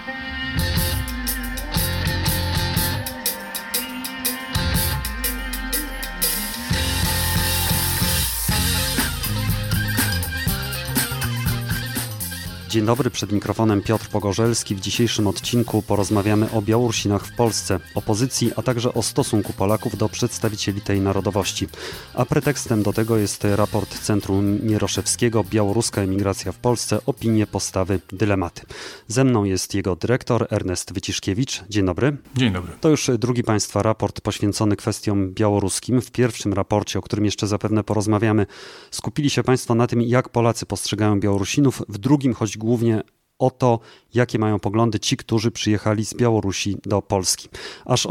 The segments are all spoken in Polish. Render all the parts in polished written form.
Dzień dobry, przed mikrofonem Piotr Pogorzelski. W dzisiejszym odcinku porozmawiamy o Białorusinach w Polsce, opozycji, a także o stosunku Polaków do przedstawicieli tej narodowości. A pretekstem do tego jest raport Centrum Mieroszewskiego Białoruska emigracja w Polsce, opinie, postawy, dylematy. Ze mną jest jego dyrektor Ernest Wyciszkiewicz. Dzień dobry. Dzień dobry. To już drugi Państwa raport poświęcony kwestiom białoruskim. W pierwszym raporcie, o którym jeszcze zapewne porozmawiamy, skupili się Państwo na tym, jak Polacy postrzegają Białorusinów. W drugim chodzi głównie o to, jakie mają poglądy ci, którzy przyjechali z Białorusi do Polski. Aż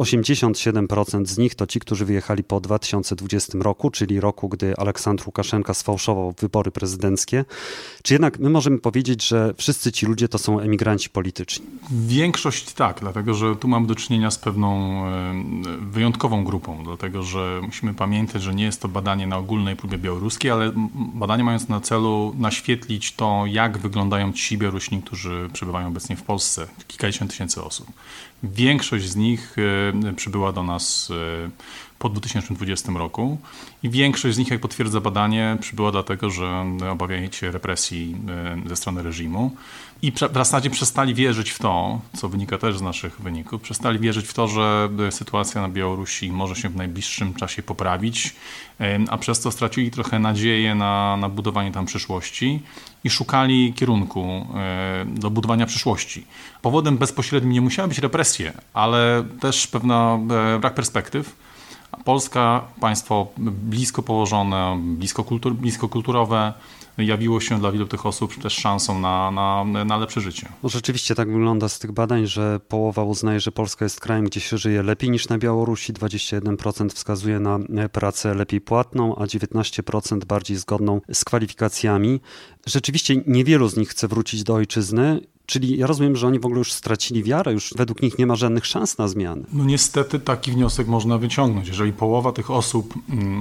87% z nich to ci, którzy wyjechali po 2020 roku, czyli roku, gdy Aleksandr Łukaszenka sfałszował wybory prezydenckie. Czy jednak my możemy powiedzieć, że wszyscy ci ludzie to są emigranci polityczni? Większość tak, dlatego że tu mamy do czynienia z pewną wyjątkową grupą, dlatego że musimy pamiętać, że nie jest to badanie na ogólnej próbie białoruskiej, ale badanie mające na celu naświetlić to, jak wyglądają ci Białorusini, którzy przebywają obecnie w Polsce. Kilkadziesiąt tysięcy osób. Większość z nich przybyła do nas po 2020 roku i większość z nich, jak potwierdza badanie, przybyła dlatego, że obawiają się represji ze strony reżimu i w zasadzie przestali wierzyć w to, co wynika też z naszych wyników, przestali wierzyć w to, że sytuacja na Białorusi może się w najbliższym czasie poprawić, a przez to stracili trochę nadzieję na budowanie tam przyszłości i szukali kierunku do budowania przyszłości. Powodem bezpośrednim nie musiały być represje, ale też pewna brak perspektyw. Polska, państwo blisko położone, blisko kulturowe, jawiło się dla wielu tych osób też szansą na lepsze życie. No rzeczywiście tak wygląda z tych badań, że połowa uznaje, że Polska jest krajem, gdzie się żyje lepiej niż na Białorusi, 21% wskazuje na pracę lepiej płatną, a 19% bardziej zgodną z kwalifikacjami. Rzeczywiście niewielu z nich chce wrócić do ojczyzny. Czyli ja rozumiem, że oni w ogóle już stracili wiarę, już według nich nie ma żadnych szans na zmiany. No niestety taki wniosek można wyciągnąć. Jeżeli połowa tych osób,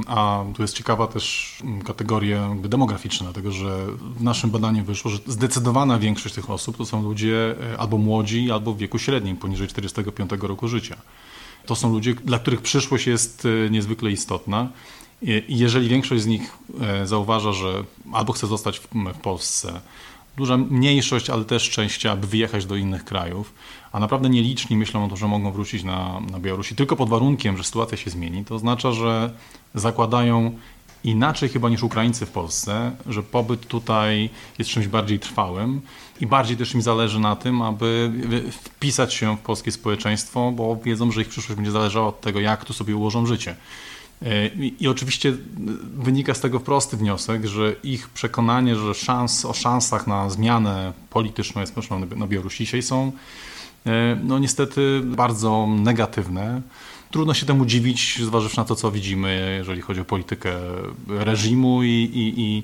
a tu jest ciekawa też kategoria demograficzna, dlatego że w naszym badaniu wyszło, że zdecydowana większość tych osób to są ludzie albo młodzi, albo w wieku średnim, poniżej 45 roku życia. To są ludzie, dla których przyszłość jest niezwykle istotna. I jeżeli większość z nich zauważa, że albo chce zostać w Polsce, duża mniejszość, ale też część chciałaby wyjechać do innych krajów, a naprawdę nieliczni myślą o to, że mogą wrócić na Białorusi tylko pod warunkiem, że sytuacja się zmieni. To oznacza, że zakładają inaczej chyba niż Ukraińcy w Polsce, że pobyt tutaj jest czymś bardziej trwałym i bardziej też im zależy na tym, aby wpisać się w polskie społeczeństwo, bo wiedzą, że ich przyszłość będzie zależała od tego, jak tu sobie ułożą życie. I oczywiście wynika z tego prosty wniosek, że ich przekonanie, że o szansach na zmianę polityczną jest na Białorusi dzisiaj są niestety bardzo negatywne. Trudno się temu dziwić, zważywszy na to, co widzimy, jeżeli chodzi o politykę reżimu i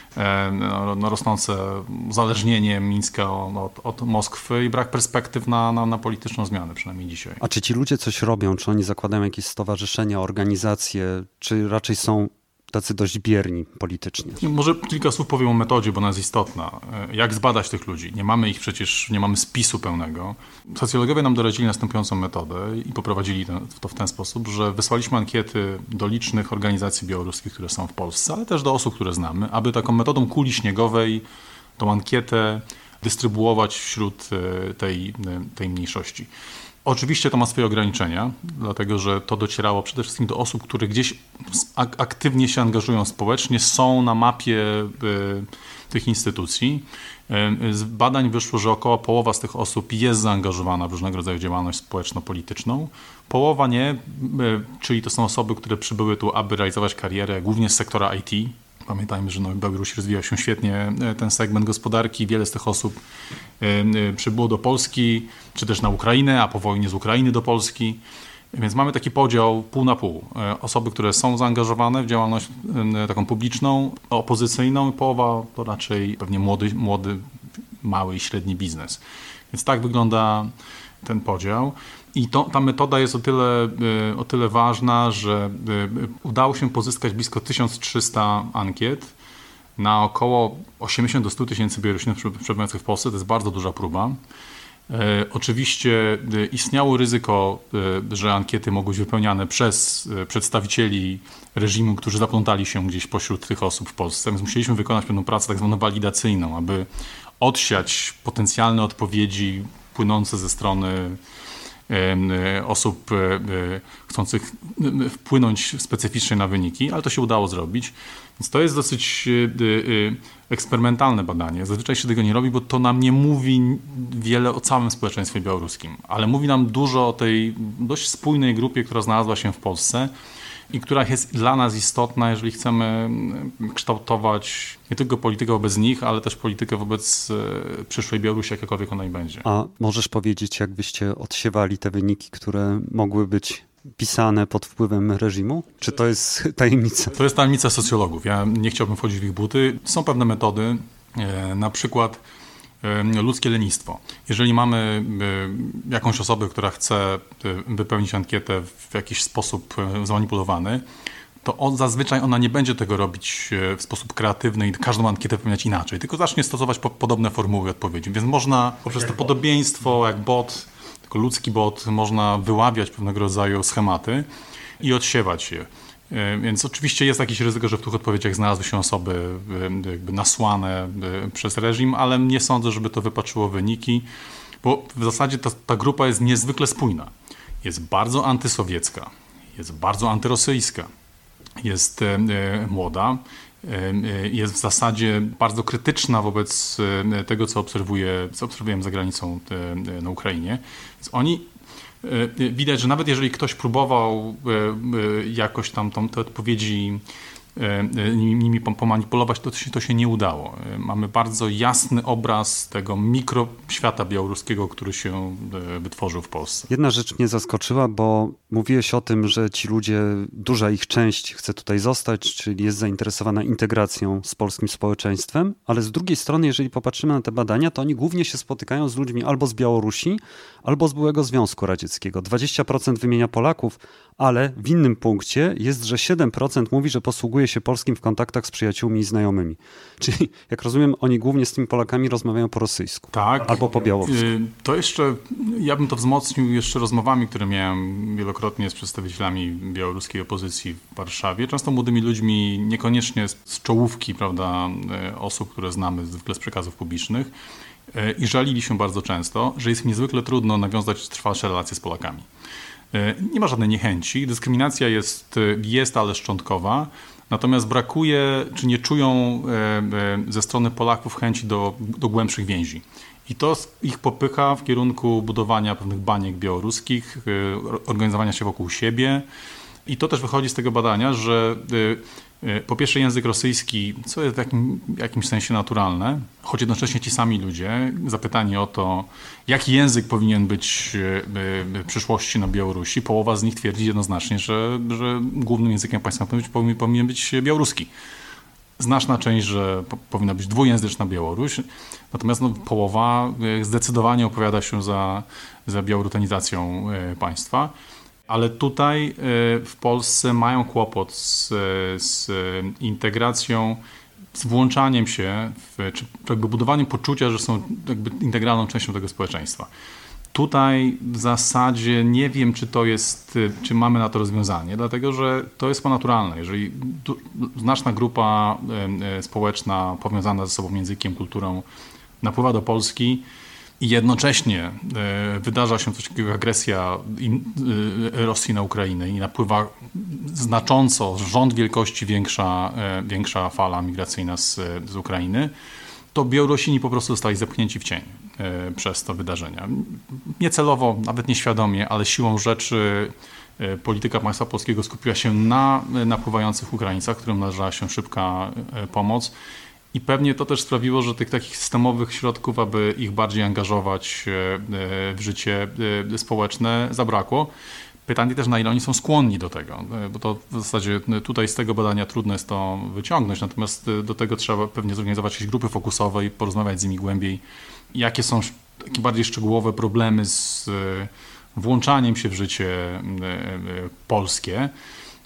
rosnące uzależnienie Mińska od Moskwy i brak perspektyw na polityczną zmianę, przynajmniej dzisiaj. A czy ci ludzie coś robią? Czy oni zakładają jakieś stowarzyszenia, organizacje, czy raczej są tacy dość bierni politycznie? Może kilka słów powiem o metodzie, bo ona jest istotna. Jak zbadać tych ludzi? Nie mamy spisu pełnego. Socjologowie nam doradzili następującą metodę i poprowadzili to w ten sposób, że wysłaliśmy ankiety do licznych organizacji białoruskich, które są w Polsce, ale też do osób, które znamy, aby taką metodą kuli śniegowej tą ankietę dystrybuować wśród tej mniejszości. Oczywiście to ma swoje ograniczenia, dlatego że to docierało przede wszystkim do osób, które gdzieś aktywnie się angażują społecznie, są na mapie tych instytucji. Z badań wyszło, że około połowa z tych osób jest zaangażowana w różnego rodzaju działalność społeczno-polityczną. Połowa nie, czyli to są osoby, które przybyły tu, aby realizować karierę, głównie z sektora IT. Pamiętajmy, że w Białorusi rozwija się świetnie ten segment gospodarki. Wiele z tych osób przybyło do Polski, czy też na Ukrainę, a po wojnie z Ukrainy do Polski. Więc mamy taki podział pół na pół. Osoby, które są zaangażowane w działalność taką publiczną, opozycyjną, i połowa to raczej pewnie młody, mały i średni biznes. Więc tak wygląda ten podział. I ta metoda jest o tyle ważna, że udało się pozyskać blisko 1300 ankiet na około 80 do 100 tysięcy Białorusinów przebywających w Polsce. To jest bardzo duża próba. Oczywiście istniało ryzyko, że ankiety mogły być wypełniane przez przedstawicieli reżimu, którzy zaplątali się gdzieś pośród tych osób w Polsce. Więc musieliśmy wykonać pewną pracę tak zwaną walidacyjną, aby odsiać potencjalne odpowiedzi płynące ze strony osób chcących wpłynąć specyficznie na wyniki, ale to się udało zrobić. Więc to jest dosyć eksperymentalne badanie. Zazwyczaj się tego nie robi, bo to nam nie mówi wiele o całym społeczeństwie białoruskim, ale mówi nam dużo o tej dość spójnej grupie, która znalazła się w Polsce i która jest dla nas istotna, jeżeli chcemy kształtować nie tylko politykę wobec nich, ale też politykę wobec przyszłej Białorusi, jakakolwiek ona i będzie. A możesz powiedzieć, jak byście odsiewali te wyniki, które mogły być pisane pod wpływem reżimu? Czy to jest tajemnica? To jest tajemnica socjologów. Ja nie chciałbym wchodzić w ich buty. Są pewne metody, na przykład ludzkie lenistwo. Jeżeli mamy jakąś osobę, która chce wypełnić ankietę w jakiś sposób zmanipulowany, to zazwyczaj ona nie będzie tego robić w sposób kreatywny i każdą ankietę wypełniać inaczej, tylko zacznie stosować podobne formuły odpowiedzi. Więc można poprzez to podobieństwo, jak bot, tylko ludzki bot, można wyławiać pewnego rodzaju schematy i odsiewać je. Więc oczywiście jest jakieś ryzyko, że w tych odpowiedziach znalazły się osoby jakby nasłane przez reżim, ale nie sądzę, żeby to wypaczyło wyniki, bo w zasadzie ta grupa jest niezwykle spójna. Jest bardzo antysowiecka, jest bardzo antyrosyjska, jest młoda, jest w zasadzie bardzo krytyczna wobec tego, co obserwujemy za granicą na Ukrainie. Więc oni widać, że nawet jeżeli ktoś próbował jakoś tam te odpowiedzi nimi pomanipulować, to się nie udało. Mamy bardzo jasny obraz tego mikroświata białoruskiego, który się wytworzył w Polsce. Jedna rzecz mnie zaskoczyła, bo mówiłeś o tym, że ci ludzie, duża ich część chce tutaj zostać, czyli jest zainteresowana integracją z polskim społeczeństwem, ale z drugiej strony, jeżeli popatrzymy na te badania, to oni głównie się spotykają z ludźmi albo z Białorusi, albo z byłego Związku Radzieckiego. 20% wymienia Polaków, ale w innym punkcie jest, że 7% mówi, że posługuje się polskim w kontaktach z przyjaciółmi i znajomymi. Czyli, jak rozumiem, oni głównie z tymi Polakami rozmawiają po rosyjsku. Tak. Albo po białorusku. To jeszcze, ja bym to wzmocnił jeszcze rozmowami, które miałem wielokrotnie z przedstawicielami białoruskiej opozycji w Warszawie. Często młodymi ludźmi, niekoniecznie z czołówki, prawda, osób, które znamy zwykle z przekazów publicznych. I żalili się bardzo często, że jest im niezwykle trudno nawiązać trwalsze relacje z Polakami. Nie ma żadnej niechęci, dyskryminacja jest, ale szczątkowa, natomiast brakuje, czy nie czują ze strony Polaków chęci do głębszych więzi. I to ich popycha w kierunku budowania pewnych baniek białoruskich, organizowania się wokół siebie. I to też wychodzi z tego badania, że po pierwsze język rosyjski, co jest w jakimś sensie naturalne, choć jednocześnie ci sami ludzie, zapytani o to, jaki język powinien być w przyszłości na Białorusi, połowa z nich twierdzi jednoznacznie, że głównym językiem państwa powinien być białoruski. Znaczna część, że powinna być dwujęzyczna Białoruś, natomiast połowa zdecydowanie opowiada się za białorutenizacją państwa. Ale tutaj w Polsce mają kłopot z integracją, z włączaniem się, czy jakby budowaniem poczucia, że są jakby integralną częścią tego społeczeństwa. Tutaj w zasadzie nie wiem, czy mamy na to rozwiązanie, dlatego że to jest naturalne. Jeżeli znaczna grupa społeczna powiązana ze sobą językiem, kulturą napływa do Polski, i jednocześnie wydarza się coś takiego jak agresja Rosji na Ukrainę i napływa znacząco, rząd wielkości większa fala migracyjna z Ukrainy, to Białorusini po prostu zostali zepchnięci w cień przez to wydarzenia. Niecelowo, nawet nieświadomie, ale siłą rzeczy polityka państwa polskiego skupiła się na napływających Ukraińcach, którym należała się szybka pomoc. I pewnie to też sprawiło, że tych takich systemowych środków, aby ich bardziej angażować w życie społeczne, zabrakło. Pytanie też, na ile oni są skłonni do tego, bo to w zasadzie tutaj z tego badania trudno jest to wyciągnąć, natomiast do tego trzeba pewnie zorganizować jakieś grupy fokusowe i porozmawiać z nimi głębiej, jakie są takie bardziej szczegółowe problemy z włączaniem się w życie polskie.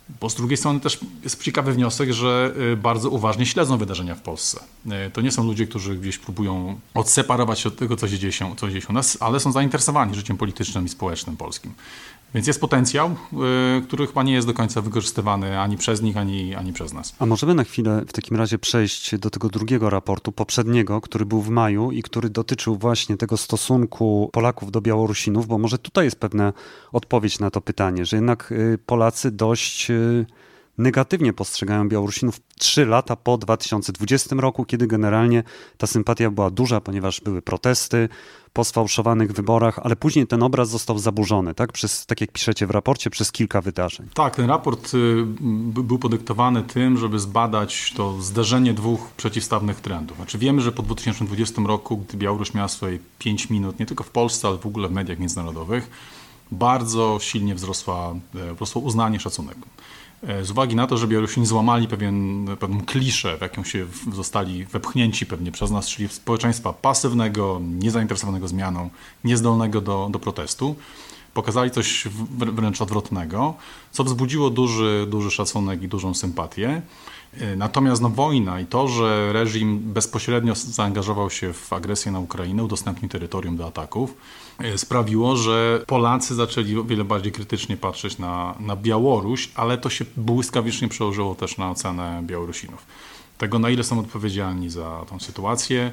Bo z drugiej strony też jest ciekawy wniosek, że bardzo uważnie śledzą wydarzenia w Polsce. To nie są ludzie, którzy gdzieś próbują odseparować się od tego, co się dzieje u nas, ale są zainteresowani życiem politycznym i społecznym polskim. Więc jest potencjał, który chyba nie jest do końca wykorzystywany ani przez nich, ani przez nas. A możemy na chwilę w takim razie przejść do tego drugiego raportu, poprzedniego, który był w maju i który dotyczył właśnie tego stosunku Polaków do Białorusinów, bo może tutaj jest pewna odpowiedź na to pytanie, że jednak Polacy dość negatywnie postrzegają Białorusinów 3 lata po 2020 roku, kiedy generalnie ta sympatia była duża, ponieważ były protesty po sfałszowanych wyborach, ale później ten obraz został zaburzony, tak? Tak jak piszecie w raporcie, przez kilka wydarzeń. Tak, ten raport był podyktowany tym, żeby zbadać to zderzenie dwóch przeciwstawnych trendów. Znaczy wiemy, że po 2020 roku, gdy Białoruś miała swoje 5 minut, nie tylko w Polsce, ale w ogóle w mediach międzynarodowych, bardzo silnie wzrosło uznanie, szacunek. Z uwagi na to, że Białorusini złamali pewną kliszę, w jaką się zostali wepchnięci pewnie przez nas, czyli społeczeństwa pasywnego, niezainteresowanego zmianą, niezdolnego do protestu, pokazali coś wręcz odwrotnego, co wzbudziło duży szacunek i dużą sympatię. Natomiast wojna i to, że reżim bezpośrednio zaangażował się w agresję na Ukrainę, udostępnił terytorium do ataków, sprawiło, że Polacy zaczęli o wiele bardziej krytycznie patrzeć na Białoruś, ale to się błyskawicznie przełożyło też na ocenę Białorusinów. Tego, na ile są odpowiedzialni za tą sytuację,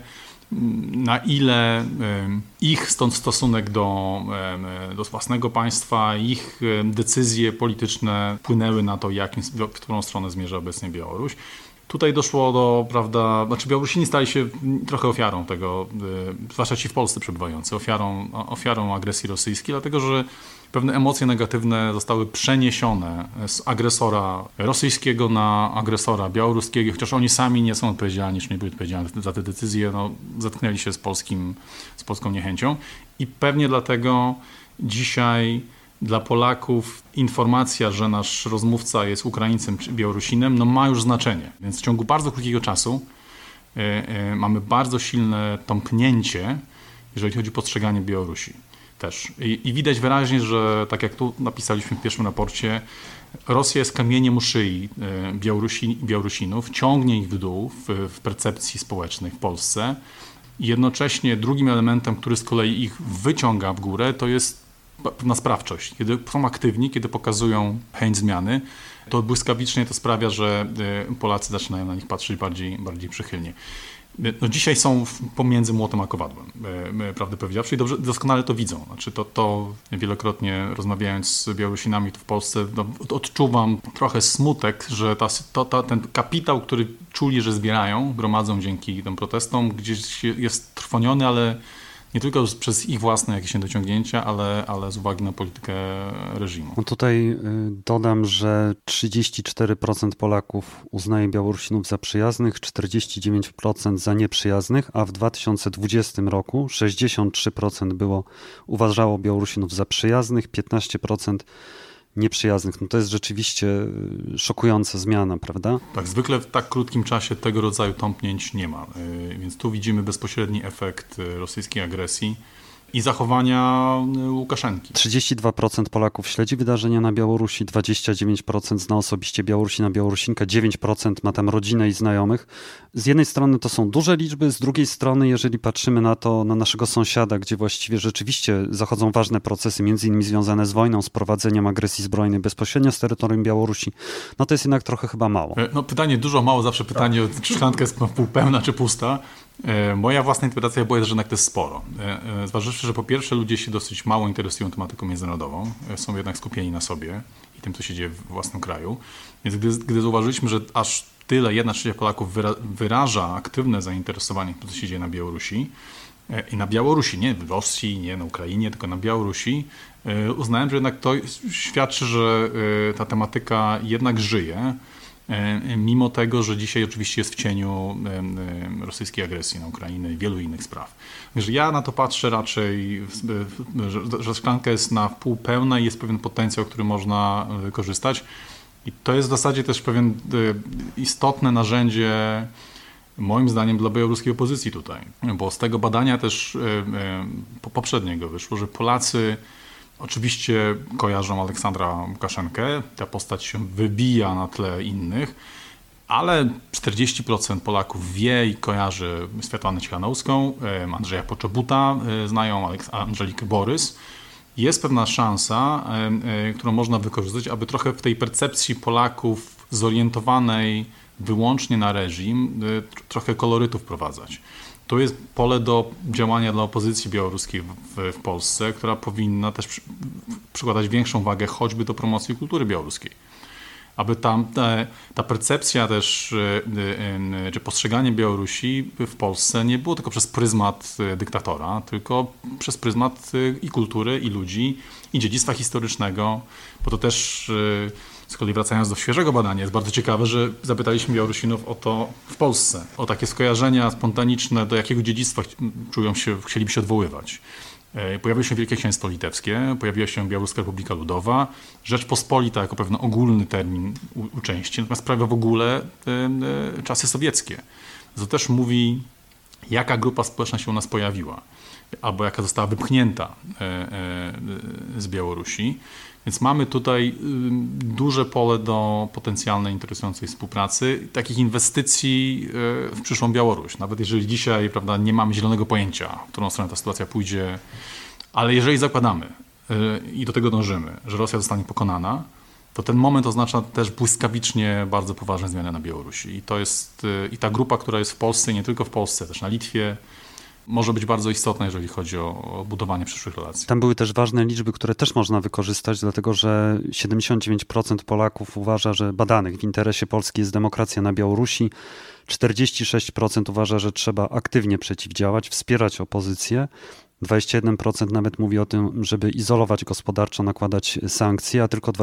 na ile ich stosunek do własnego państwa, ich decyzje polityczne wpłynęły na to, w którą stronę zmierza obecnie Białoruś. Tutaj doszło do, Białorusini stali się trochę ofiarą tego, zwłaszcza ci w Polsce przebywający, ofiarą agresji rosyjskiej, dlatego że pewne emocje negatywne zostały przeniesione z agresora rosyjskiego na agresora białoruskiego, chociaż oni sami nie są odpowiedzialni, czy nie byli odpowiedzialni za te decyzje, zetknęli się z polską niechęcią i pewnie dlatego dzisiaj dla Polaków informacja, że nasz rozmówca jest Ukraińcem czy Białorusinem, ma już znaczenie. Więc w ciągu bardzo krótkiego czasu mamy bardzo silne tąpnięcie, jeżeli chodzi o postrzeganie Białorusi też. I widać wyraźnie, że tak jak tu napisaliśmy w pierwszym raporcie, Rosja jest kamieniem u szyi Białorusinów, ciągnie ich w dół w percepcji społecznej w Polsce. I jednocześnie drugim elementem, który z kolei ich wyciąga w górę, to jest pewna sprawczość. Kiedy są aktywni, kiedy pokazują chęć zmiany, to błyskawicznie to sprawia, że Polacy zaczynają na nich patrzeć bardziej przychylnie. Dzisiaj są pomiędzy młotem a kowadłem, prawdę powiedziawszy, i doskonale to widzą. Znaczy to wielokrotnie rozmawiając z Białorusinami tu w Polsce, odczuwam trochę smutek, że ten kapitał, który czuli, że zbierają, gromadzą dzięki tym protestom, gdzieś jest trwoniony, ale nie tylko przez ich własne jakieś niedociągnięcia, ale z uwagi na politykę reżimu. No tutaj dodam, że 34% Polaków uznaje Białorusinów za przyjaznych, 49% za nieprzyjaznych, a w 2020 roku 63% uważało Białorusinów za przyjaznych, 15% nieprzyjaznych. No to jest rzeczywiście szokująca zmiana, prawda? Tak, zwykle w tak krótkim czasie tego rodzaju tąpnięć nie ma. Więc tu widzimy bezpośredni efekt rosyjskiej agresji i zachowania Łukaszenki. 32% Polaków śledzi wydarzenia na Białorusi, 29% zna osobiście Białorusina, Białorusinkę, 9% ma tam rodzinę i znajomych. Z jednej strony to są duże liczby, z drugiej strony, jeżeli patrzymy na naszego sąsiada, gdzie właściwie rzeczywiście zachodzą ważne procesy, między innymi związane z wojną, z prowadzeniem agresji zbrojnej bezpośrednio z terytorium Białorusi, no to jest jednak trochę chyba mało. No pytanie dużo, mało, zawsze pytanie, czy szklanka jest półpełna, czy pusta. Moja własna interpretacja była, że jednak to jest sporo. Zważywszy, że po pierwsze ludzie się dosyć mało interesują tematyką międzynarodową, są jednak skupieni na sobie i tym, co się dzieje w własnym kraju. Więc gdy zauważyliśmy, że aż tyle, 1/3 Polaków wyraża aktywne zainteresowanie tym, co się dzieje na Białorusi, i na Białorusi, nie w Rosji, nie na Ukrainie, tylko na Białorusi, uznałem, że jednak to świadczy, że ta tematyka jednak żyje, mimo tego, że dzisiaj oczywiście jest w cieniu rosyjskiej agresji na Ukrainę i wielu innych spraw. Także ja na to patrzę raczej, że szklanka jest na wpół pełna i jest pewien potencjał, który można wykorzystać. I to jest w zasadzie też pewien istotne narzędzie, moim zdaniem, dla białoruskiej opozycji tutaj. Bo z tego badania też poprzedniego wyszło, że Polacy Oczywiście kojarzą Aleksandra Łukaszenkę, ta postać się wybija na tle innych, ale 40% Polaków wie i kojarzy Swiatłanę Cichanouszką, Andrzeja Poczobuta, znają Angelikę Borys. Jest pewna szansa, którą można wykorzystać, aby trochę w tej percepcji Polaków zorientowanej wyłącznie na reżim, trochę kolorytu wprowadzać. To jest pole do działania dla opozycji białoruskiej w Polsce, która powinna też przykładać większą wagę choćby do promocji kultury białoruskiej. Aby ta percepcja też, czy postrzeganie Białorusi w Polsce nie było tylko przez pryzmat dyktatora, tylko przez pryzmat i kultury, i ludzi, i dziedzictwa historycznego, bo to też, z kolei wracając do świeżego badania, jest bardzo ciekawe, że zapytaliśmy Białorusinów o to w Polsce, o takie skojarzenia spontaniczne, do jakiego dziedzictwa chcieliby się odwoływać. Pojawiło się Wielkie Księstwo Litewskie, pojawiła się Białoruska Republika Ludowa, Rzeczpospolita jako pewien ogólny termin u części, natomiast prawie w ogóle czasy sowieckie. To też mówi, jaka grupa społeczna się u nas pojawiła, albo jaka została wypchnięta z Białorusi. Więc mamy tutaj duże pole do potencjalnej, interesującej współpracy, takich inwestycji w przyszłą Białoruś. Nawet jeżeli dzisiaj, prawda, nie mamy zielonego pojęcia, w którą stronę ta sytuacja pójdzie, ale jeżeli zakładamy i do tego dążymy, że Rosja zostanie pokonana, to ten moment oznacza też błyskawicznie bardzo poważne zmiany na Białorusi. I to jest i ta grupa, która jest w Polsce, i nie tylko w Polsce, też na Litwie, może być bardzo istotna, jeżeli chodzi o budowanie przyszłych relacji. Tam były też ważne liczby, które też można wykorzystać, dlatego że 79% Polaków uważa, że badanych w interesie Polski jest demokracja na Białorusi. 46% uważa, że trzeba aktywnie przeciwdziałać, wspierać opozycję. 21% nawet mówi o tym, żeby izolować gospodarczo, nakładać sankcje, a tylko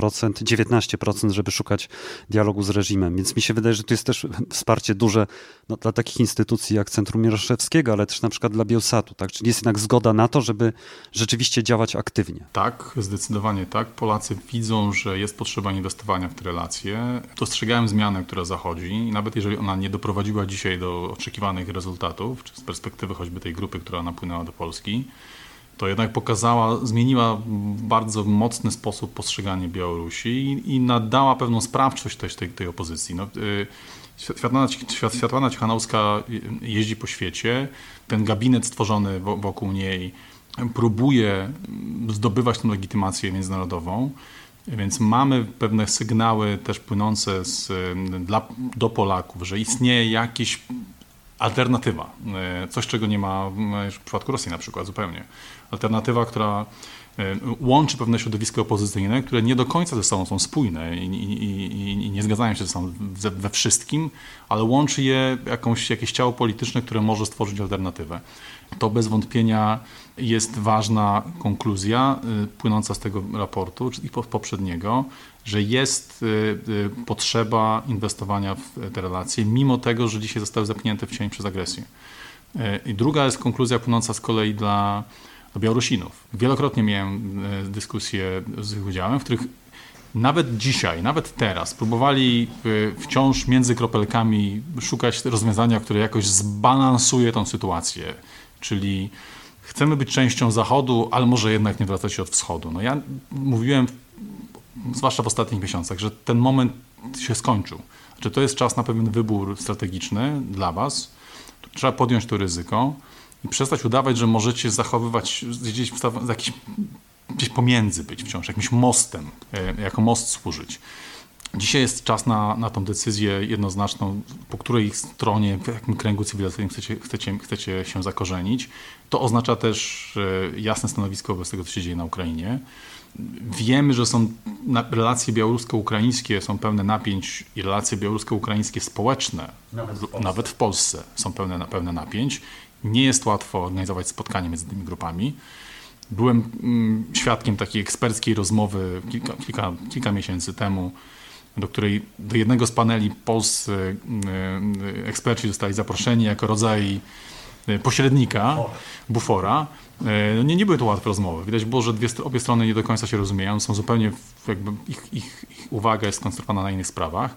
19%, żeby szukać dialogu z reżimem. Więc mi się wydaje, że tu jest też wsparcie duże dla takich instytucji jak Centrum Jaroszewskiego, ale też na przykład dla Bielsatu. Tak? Czyli jest jednak zgoda na to, żeby rzeczywiście działać aktywnie. Tak, zdecydowanie tak. Polacy widzą, że jest potrzeba inwestowania w te relacje. Dostrzegają zmianę, która zachodzi i nawet jeżeli ona nie doprowadziła dzisiaj do oczekiwanych rezultatów, czy z perspektywy choćby tej grupy, która napłynęła do Polski, to jednak zmieniła w bardzo mocny sposób postrzeganie Białorusi i nadała pewną sprawczość też tej opozycji. Swiatłana Cichanouszka jeździ po świecie, ten gabinet stworzony wokół niej próbuje zdobywać tę legitymację międzynarodową, więc mamy pewne sygnały też płynące do Polaków, że istnieje jakiś alternatywa. Coś, czego nie ma w przypadku Rosji na przykład zupełnie. Alternatywa, która łączy pewne środowiska opozycyjne, które nie do końca ze sobą są spójne i nie zgadzają się ze sobą we wszystkim, ale łączy je jakieś ciało polityczne, które może stworzyć alternatywę. To bez wątpienia jest ważna konkluzja płynąca z tego raportu i poprzedniego, że jest potrzeba inwestowania w te relacje, mimo tego, że dzisiaj zostały zepchnięte w cień przez agresję. I druga jest konkluzja płynąca z kolei dla Białorusinów. Wielokrotnie miałem dyskusje z ich udziałem, w których nawet dzisiaj, nawet teraz próbowali wciąż między kropelkami szukać rozwiązania, które jakoś zbalansuje tą sytuację. Czyli chcemy być częścią Zachodu, ale może jednak nie wracać się od Wschodu. Ja mówiłem, zwłaszcza w ostatnich miesiącach, że ten moment się skończył. Że to jest czas na pewien wybór strategiczny dla was. Trzeba podjąć to ryzyko i przestać udawać, że możecie zachowywać gdzieś pomiędzy być wciąż, jakimś mostem, jako most służyć. Dzisiaj jest czas na tą decyzję jednoznaczną, po której stronie, w jakim kręgu cywilizacyjnym chcecie się zakorzenić. To oznacza też jasne stanowisko wobec tego, co się dzieje na Ukrainie. Wiemy, że relacje białorusko-ukraińskie są pełne napięć i relacje białorusko-ukraińskie społeczne, nawet w Polsce są pełne napięć. Nie jest łatwo organizować spotkanie między tymi grupami. Byłem świadkiem takiej eksperckiej rozmowy kilka miesięcy temu, do jednego z paneli polscy eksperci zostali zaproszeni jako rodzaj pośrednika, bufora. Nie były to łatwe rozmowy. Widać było, że obie strony nie do końca się rozumieją. Są zupełnie, ich uwaga jest skoncentrowana na innych sprawach,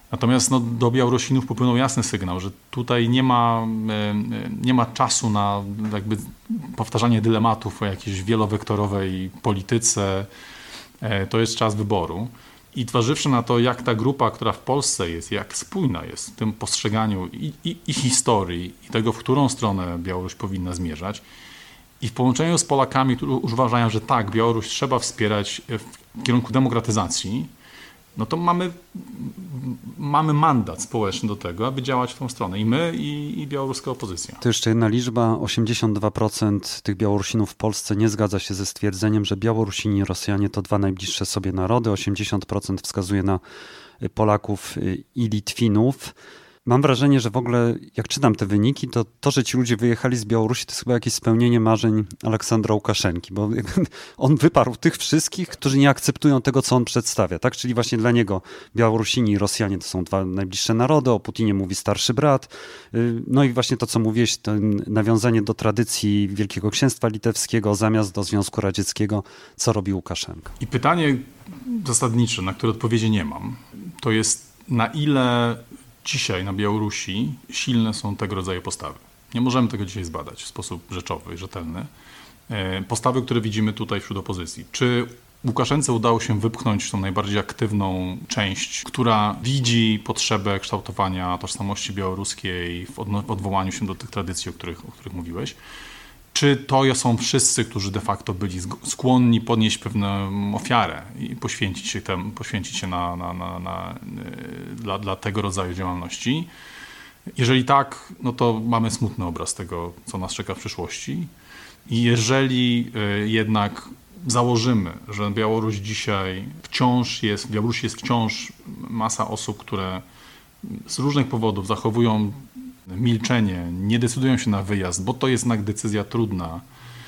Natomiast do Białorusinów popłynął jasny sygnał, że tutaj nie ma czasu na jakby powtarzanie dylematów o jakiejś wielowektorowej polityce. To jest czas wyboru. I zważywszy na to, jak ta grupa, która w Polsce jest, jak spójna jest w tym postrzeganiu i historii, i tego, w którą stronę Białoruś powinna zmierzać, i w połączeniu z Polakami, którzy uważają, że tak, Białoruś trzeba wspierać w kierunku demokratyzacji, no to mamy mandat społeczny do tego, aby działać w tą stronę. I my, i białoruska opozycja. To jeszcze jedna liczba. 82% tych Białorusinów w Polsce nie zgadza się ze stwierdzeniem, że Białorusini i Rosjanie to dwa najbliższe sobie narody. 80% wskazuje na Polaków i Litwinów. Mam wrażenie, że w ogóle jak czytam te wyniki, to, że ci ludzie wyjechali z Białorusi, to jest chyba jakieś spełnienie marzeń Aleksandra Łukaszenki, bo on wyparł tych wszystkich, którzy nie akceptują tego, co on przedstawia, tak? Czyli właśnie dla niego Białorusini i Rosjanie to są dwa najbliższe narody, o Putinie mówi starszy brat. No i właśnie to, co mówiłeś, to nawiązanie do tradycji Wielkiego Księstwa Litewskiego zamiast do Związku Radzieckiego, co robi Łukaszenka. I pytanie zasadnicze, na które odpowiedzi nie mam, to jest na ile dzisiaj na Białorusi silne są tego rodzaju postawy. Nie możemy tego dzisiaj zbadać w sposób rzeczowy i rzetelny. Postawy, które widzimy tutaj wśród opozycji. Czy Łukaszence udało się wypchnąć tą najbardziej aktywną część, która widzi potrzebę kształtowania tożsamości białoruskiej w odwołaniu się do tych tradycji, o których mówiłeś? Czy to są wszyscy, którzy de facto byli skłonni podnieść pewną ofiarę i poświęcić się dla tego rodzaju działalności? Jeżeli tak, no to mamy smutny obraz tego, co nas czeka w przyszłości. I jeżeli jednak założymy, że Białoruś dzisiaj w Białorusi jest wciąż masa osób, które z różnych powodów zachowują milczenie, nie decydują się na wyjazd, bo to jest jednak decyzja trudna.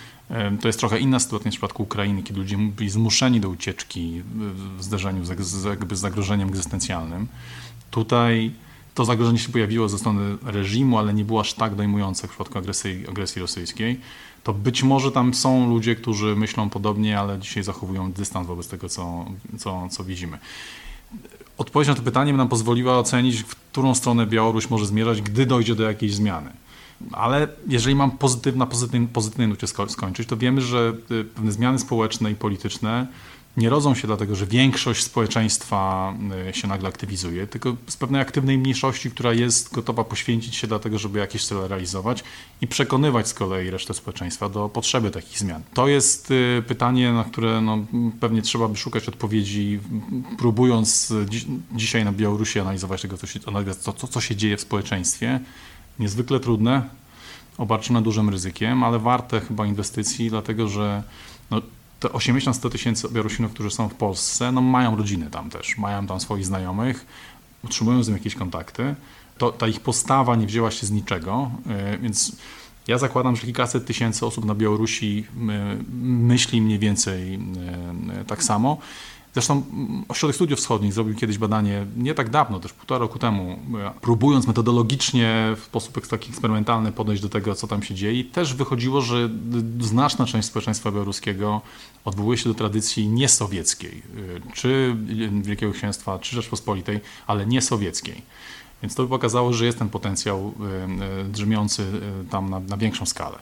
To jest trochę inna sytuacja niż w przypadku Ukrainy, kiedy ludzie byli zmuszeni do ucieczki w zderzeniu z zagrożeniem egzystencjalnym. Tutaj to zagrożenie się pojawiło ze strony reżimu, ale nie było aż tak dojmujące w przypadku agresji rosyjskiej. To być może tam są ludzie, którzy myślą podobnie, ale dzisiaj zachowują dystans wobec tego, co widzimy. Odpowiedź na to pytanie nam pozwoliła ocenić, w którą stronę Białoruś może zmierzać, gdy dojdzie do jakiejś zmiany. Ale jeżeli mam na pozytywnej nucie skończyć, to wiemy, że pewne zmiany społeczne i polityczne nie rodzą się dlatego, że większość społeczeństwa się nagle aktywizuje, tylko z pewnej aktywnej mniejszości, która jest gotowa poświęcić się dlatego, żeby jakieś cele realizować i przekonywać z kolei resztę społeczeństwa do potrzeby takich zmian. To jest pytanie, na które pewnie trzeba by szukać odpowiedzi, próbując dzisiaj na Białorusi analizować tego, co się dzieje w społeczeństwie. Niezwykle trudne, obarczone dużym ryzykiem, ale warte chyba inwestycji, dlatego że te 80-100 tysięcy Białorusinów, którzy są w Polsce, mają rodziny tam też, mają tam swoich znajomych, utrzymują z tym jakieś kontakty. Ta ich postawa nie wzięła się z niczego, więc ja zakładam, że kilkaset tysięcy osób na Białorusi myśli mniej więcej tak samo. Zresztą Ośrodek Studiów Wschodnich zrobił kiedyś badanie, nie tak dawno, też 1,5 roku temu, próbując metodologicznie w sposób taki eksperymentalny podejść do tego, co tam się dzieje. I też wychodziło, że znaczna część społeczeństwa białoruskiego odwołuje się do tradycji niesowieckiej, czy Wielkiego Księstwa, czy Rzeczpospolitej, ale nie sowieckiej. Więc to by pokazało, że jest ten potencjał drzemiący tam na większą skalę.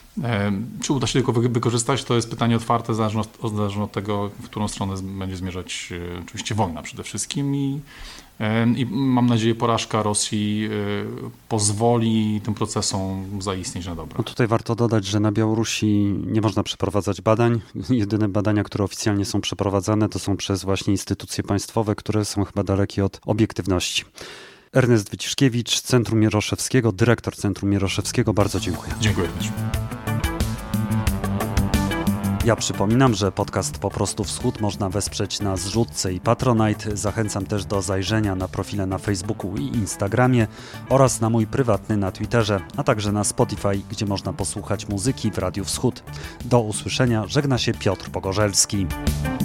Czy uda się tylko wykorzystać, to jest pytanie otwarte, zależne od tego, w którą stronę będzie zmierzać oczywiście wojna przede wszystkim i mam nadzieję porażka Rosji pozwoli tym procesom zaistnieć na dobre. Tutaj warto dodać, że na Białorusi nie można przeprowadzać badań. Jedyne badania, które oficjalnie są przeprowadzane, to są przez właśnie instytucje państwowe, które są chyba dalekie od obiektywności. Ernest Wyciszkiewicz, Centrum Mieroszewskiego, dyrektor Centrum Mieroszewskiego. Bardzo dziękuję. Dziękuję też. Ja przypominam, że podcast Po prostu Wschód można wesprzeć na Zrzutce i Patronite. Zachęcam też do zajrzenia na profile na Facebooku i Instagramie oraz na mój prywatny na Twitterze, a także na Spotify, gdzie można posłuchać muzyki w Radiu Wschód. Do usłyszenia, żegna się Piotr Pogorzelski.